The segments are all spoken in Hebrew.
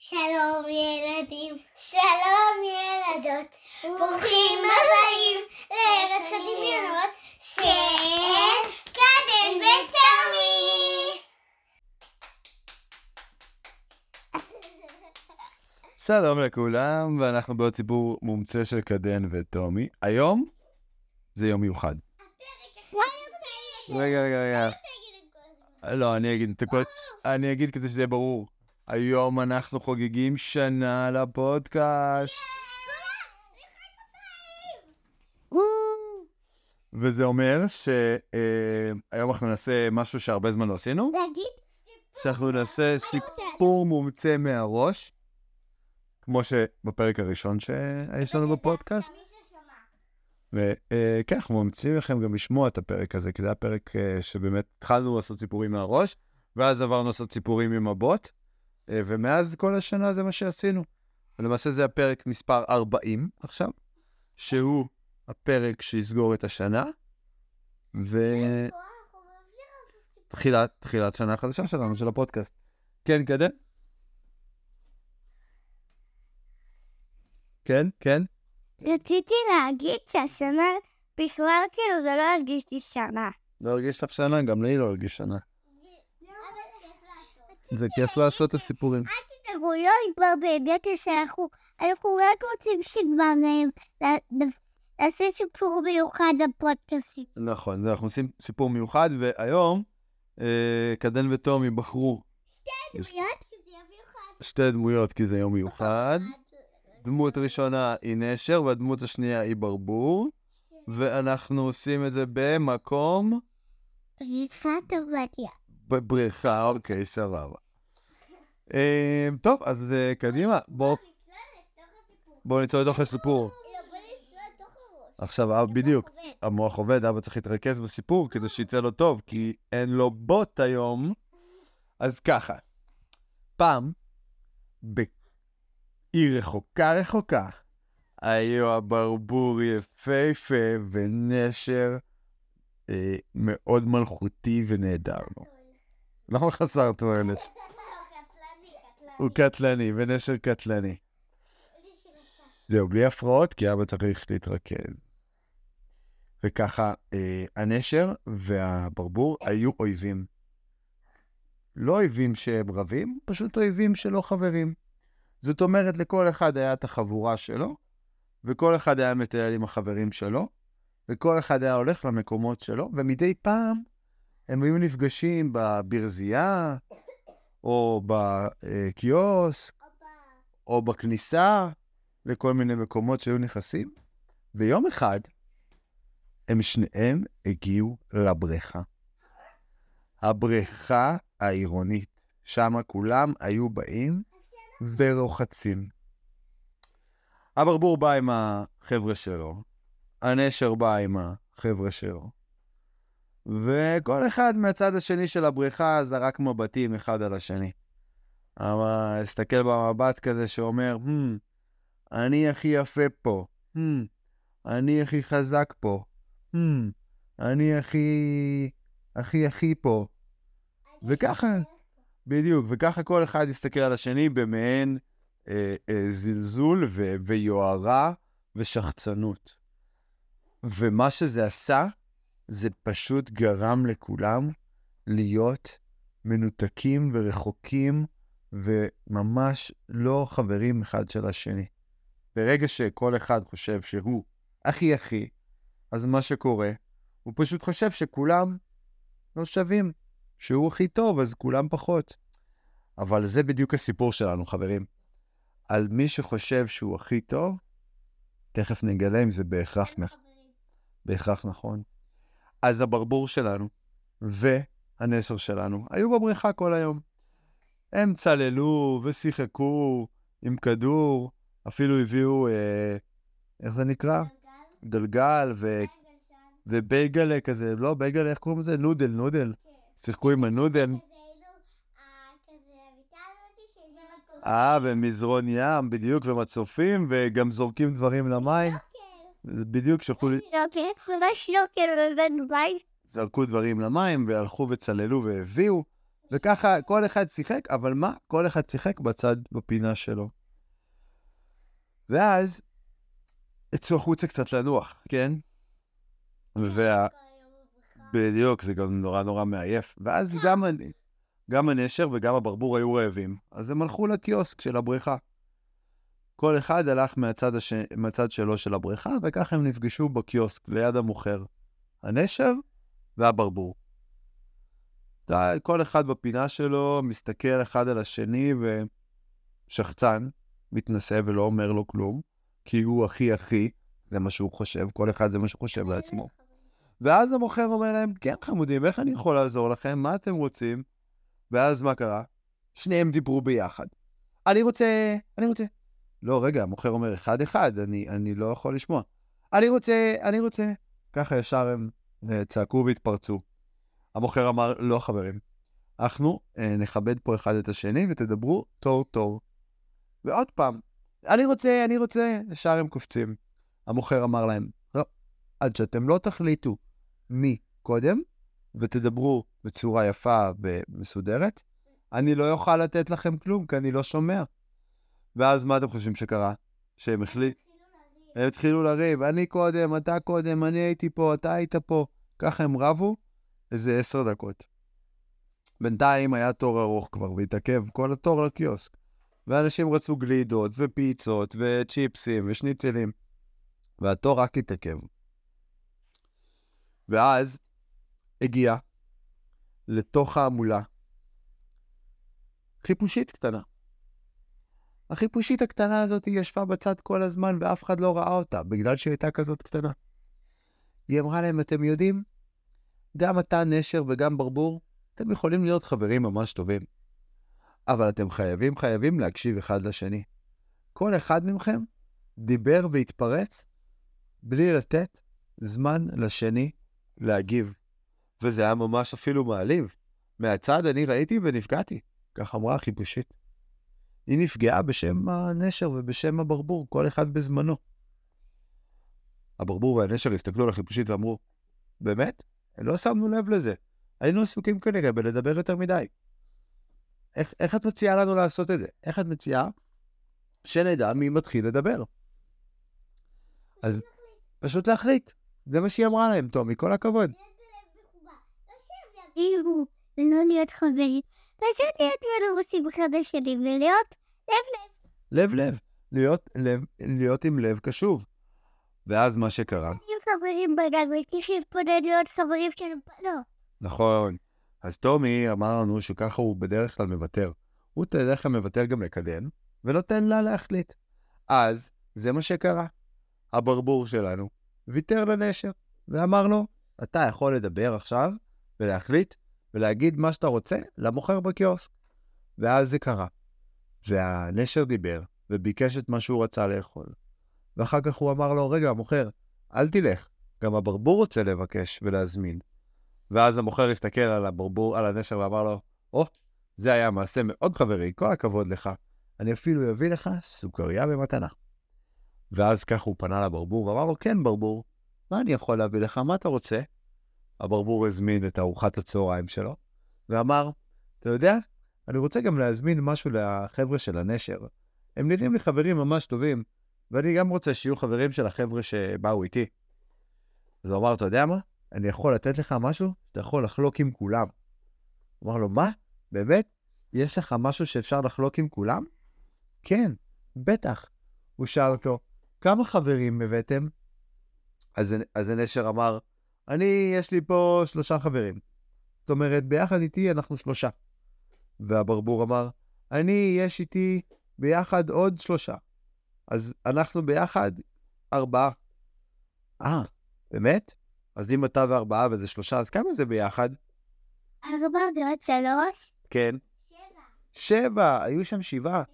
שלום ילדים, שלום ילדות, ברוכים הבאים לארץ הדמיונות של קדם ותומי. שלום לכולם, ואנחנו בעוד סיפור מומצא של קדן וטומי. היום זה יום מיוחד. רגע. לא, אני אגיד כדי שזה יהיה ברור. היום אנחנו חוגגים שנה לפודקאסט. וזה אומר שהיום אנחנו נעשה משהו שהרבה זמן לא עשינו. שאנחנו נעשה סיפור מומצא מהראש. כמו שבפרק הראשון שיש לנו בפודקאסט. וכן, אנחנו ממציאים לכם גם לשמוע את הפרק הזה, כי זה הפרק שבאמת התחלנו לעשות סיפורים מהראש, ואז עברנו לעשות סיפורים עם הבוט, ומאז כל השנה זה מה שעשינו. ולמעשה זה הפרק מספר 40 עכשיו, שהוא הפרק שיסגור את השנה, תחילת שנה חדשה שלנו, של הפודקאסט. כן, קדם? כן? רציתי להגיד שהשנה בכלל כאילו זה לא הרגיש לי שנה. לא הרגיש לך שנה, גם לי לא הרגיש שנה. זה כיף לעשות את הסיפורים. אל תדאגו, לא כבר באמת שאנחנו רק רוצים שכבר נעשה סיפור מיוחד לפודקאסט. נכון, אנחנו עושים סיפור מיוחד, והיום קדן וטומי בחרו שתי דמויות כי זה יום מיוחד. דמות ראשונה היא נשר, והדמות השנייה היא ברבור, ואנחנו עושים את זה במקום... בריכת עובדיה. בבריכה, אוקיי, סבבה. טוב, אז קדימה, בואו נצא לתוך הסיפור. עכשיו, בדיוק, המוח עובד, אבא צריך להתרכז בסיפור כדי שיצא לו טוב, כי אין לו בוט היום. אז ככה, פעם, עיר רחוקה, היו הברבור יפהפה ונשר מאוד מלכותי ונהדר לו. למה חסר תועלת? הוא קטלני, ונשר קטלני. זהו, בלי הפרעות, כי אבא צריך להתרכז. וככה, הנשר והברבור היו אויבים. לא אויבים שהם רבים, פשוט אויבים שלא חברים. זאת אומרת, לכל אחד היה את החבורה שלו, וכל אחד היה מטייל עם החברים שלו, וכל אחד היה הולך למקומות שלו, ומדי פעם הם היו נפגשים בברזייה, או בקיוסק, או בכניסה, לכל מיני מקומות שהיו נכנסים. ויום אחד, הם שניהם הגיעו לבריכה. הבריכה העירונית, שם כולם היו באים, ורוחצים. הברבור בא עם החבר'ה שלו, הנשר בא עם החבר'ה שלו, וכל אחד מהצד השני של הבריכה זרק מבטים אחד על השני. אבל הסתכל במבט כזה שאומר, אני הכי יפה פה, אני הכי חזק פה, אני הכי פה. וככה... בדיוק, וככה כל אחד יסתכל על השני במעין זלזול ויוערה ושחצנות. ומה שזה עשה, זה פשוט גרם לכולם להיות מנותקים ורחוקים וממש לא חברים אחד של השני. ברגע שכל אחד חושב שהוא הכי, אז מה שקורה, הוא פשוט חושב שכולם לא שווים. שהוא הכי טוב, אז כולם פחות. אבל זה בדיוק הסיפור שלנו, חברים. על מי שחושב שהוא הכי טוב, תכף נגלה אם זה בהכרח נכון. אז הברבור שלנו והנשר שלנו היו בבריכה כל היום. הם צללו ושיחקו עם כדור, אפילו הביאו, איך זה נקרא? גלגל ובייגלה כזה, לא בייגלה, איך קוראים לזה? נודל. שיחקו עם הנודל. ומזרון ים, בדיוק, ומצופים, וגם זורקים דברים למים. בדיוק, זרקו דברים למים, והלכו וצללו והביאו, וככה כל אחד שיחק, אבל מה? כל אחד שיחק בצד, בפינה שלו. ואז יצאו החוצה קצת לנוח, כן? בדיוק, זה גם נורא נורא מעייף. ואז גם הנשר וגם הברבור היו רעבים. אז הם הלכו לקיוסק של הבריכה. כל אחד הלך מהצד שלו של הבריכה, וכך הם נפגשו בקיוסק ליד המוכר. הנשר והברבור. כל אחד בפינה שלו מסתכל אחד על השני ושחצן, מתנסה ולא אומר לו כלום, כי הוא הכי, זה מה שהוא חושב, כל אחד זה מה שהוא חושב לעצמו. ואז המוכר אומר להם, כן חמודים, איך אני יכול לעזור לכם? מה אתם רוצים? ואז מה קרה? שניהם דיברו ביחד. אני רוצה. לא, רגע, המוכר אומר, אחד, אני לא יכול לשמוע. אני רוצה. ככה ישר הם צעקו והתפרצו. המוכר אמר, לא חברים, אנחנו נכבד פה אחד את השני ותדברו תור. ועוד פעם, אני רוצה, ישר הם קופצים. המוכר אמר להם, לא, עד שאתם לא תחליטו מי קודם, ותדברו בצורה יפה ומסודרת, אני לא אוכל לתת לכם כלום, כי אני לא שומע. ואז מה אתם חושבים שקרה? שהם התחילו לריב, אני קודם, אתה קודם, אני הייתי פה, אתה היית פה. ככה הם רבו איזה 10 דקות. בינתיים היה תור ארוך כבר, והתעכב כל התור לקיוסק. ואנשים רצו גלידות ופיצות וצ'יפסים ושניצלים. והתור רק התעכב. ואז הגיע לתוך העמולה חיפושית קטנה. החיפושית הקטנה הזאת היא ישבה בצד כל הזמן ואף אחד לא ראה אותה, בגלל שהיא הייתה כזאת קטנה. היא אמרה להם, אתם יודעים, גם אתה נשר וגם ברבור, אתם יכולים להיות חברים ממש טובים. אבל אתם חייבים להקשיב אחד לשני. כל אחד מכם דיבר והתפרץ בלי לתת זמן לשני להגיב. וזה היה ממש אפילו מעליב. מהצד אני ראיתי ונפגעתי. כך אמרה החיפושית. היא נפגעה בשם הנשר ובשם הברבור, כל אחד בזמנו. הברבור והנשר הסתכלו על החיפושית ואמרו, באמת? לא שמנו לב לזה. היינו עסוקים כנראה בלדבר יותר מדי. איך את מציעה לנו לעשות את זה? איך את מציעה שנדע מי מתחיל לדבר? אז פשוט להחליט. זה מה שהיא אמרה להם, טוב, מכל הכבוד. לא להיות חברים. פשוט להיות מנומסים אחד לשני ולהיות לב. להיות עם לב קשוב. ואז מה שקרה? להיות חברים בגג, ותכף פונה להיות חברים שלנו. לא. נכון. אז טומי אמר לנו שככה הוא בדרך כלל מוותר. הוא בדרך כלל מוותר גם לקדן, ונותן לה להחליט. אז זה מה שקרה. הברבור שלנו ויתר לנשר, ואמר לו, אתה יכול לדבר עכשיו, ולהחליט, ולהגיד מה שאתה רוצה למוכר בקיוסק. ואז זה קרה. והנשר דיבר, וביקש את מה שהוא רצה לאכול. ואחר כך הוא אמר לו, רגע, המוכר, אל תלך. גם הברבור רוצה לבקש ולהזמין. ואז המוכר הסתכל על הברבור, על הנשר, ואמר לו, זה היה מעשה מאוד חברי, כל הכבוד לך. אני אפילו אביא לך סוכריה במתנה. ואז כך הוא פנה לברבור, ואמר לו, כן, ברבור, מה אני יכול להביא לך? מה אתה רוצה? הברבור הזמין את ארוחת הצהריים שלו, ואמר, אתה יודע, אני רוצה גם להזמין משהו לחבר'ה של הנשר. הם נראים לי חברים ממש טובים, ואני גם רוצה שיהיו חברים של החבר'ה שבאו איתי. אז הוא אמר, אתה יודע מה? אני יכול לתת לך משהו שאתה יכול לחלוק עם כולם. הוא אמר לו, מה? באמת? יש לך משהו שאפשר לחלוק עם כולם? כן, בטח. הוא שאל אותו, כמה חברים הבאתם? אז הנשר אמר, יש לי פה 3 חברים. זאת אומרת, ביחד איתי אנחנו 3. והברבור אמר, יש איתי ביחד עוד 3. אז אנחנו ביחד 4. באמת? אז אם אתה ו4 וזה 3, אז כמה זה ביחד? 4 ועוד 3? כן. 7. היו שם 7.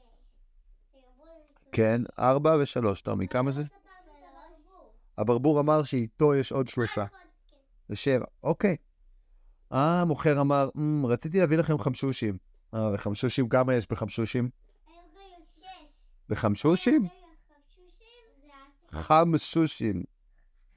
כן, 4 ו3. טומי, כמה זה? הברבור אמר שאיתו יש עוד 3. זה 7. אוקיי. המוכר אמר, רציתי להביא לכם חמשושים. וחמשושים, כמה יש בחמשושים? 6. בחמשושים? חמשושים.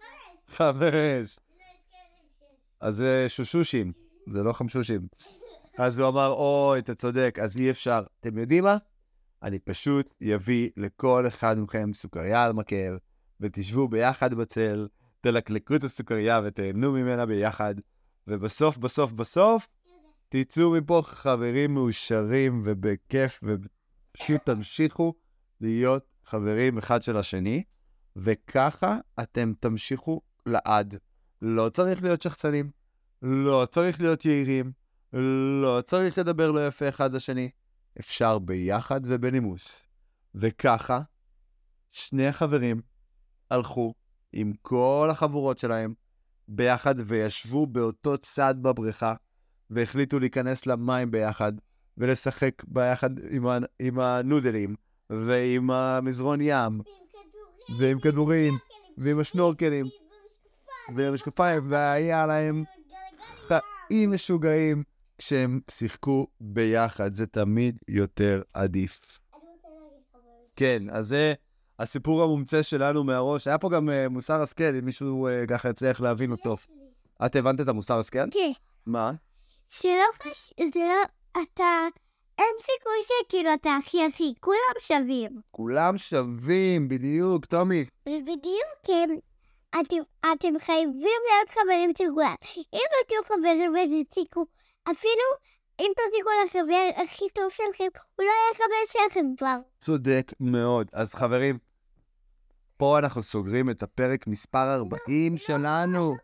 5. אז זה שושושים. זה לא חמשושים. אז הוא אמר, אוי, אתה צודק, אז אי אפשר. אתם יודעים מה? אני פשוט יביא לכל אחד מכם סוכריה על מקל, ותשבו ביחד בצל, תלקלקו את הסוכריה ותהנו ממנה ביחד, ובסוף, בסוף, בסוף, תצאו מפה חברים מאושרים ובכיף, ופשוט תמשיכו להיות חברים אחד של השני, וככה אתם תמשיכו לעד. לא צריך להיות שחצנים, לא צריך להיות יעירים, לא צריך לדבר לא יפה אחד לשני. אפשר ביחד ובנימוס. וככה, שני החברים הלכו עם כל החבורות שלהם ביחד וישבו באותו צד בבריכה, והחליטו להיכנס למים ביחד, ולשחק ביחד עם הנודלים, ועם המזרון ים, ועם כדורים, ועם השנורקלים, ועם המשקפיים, והיה להם חיים משוגעים כשהם שיחקו ביחד. זה תמיד יותר עדיף. כן, אז זה הסיפור המומצא שלנו מהראש. היה פה גם מוסר השכל, אם מישהו ככה יצליח להבין אותו. את הבנת את המוסר השכל? כן. מה? זה לא, אין סיכוי שכאילו אתה הכי, כולם שווים. כולם שווים, בדיוק, תומי. ובדיוק, כן, אתם חייבים להיות חברים של כולם. אם לא תהיו חברים ותציקו, אפילו אם תציקו לחבר הכי טוב שלכם, הוא לא יהיה חבר שלכם כבר. צודק מאוד. אז חברים, פה אנחנו סוגרים את הפרק מספר 40 שלנו.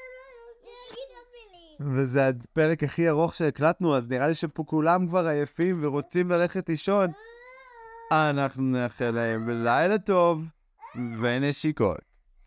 וזה הפרק הכי ארוך שהקלטנו, אז נראה לי שפה כולם כבר עייפים ורוצים ללכת לישון. אנחנו נאחל להם לילה טוב ונשיקות.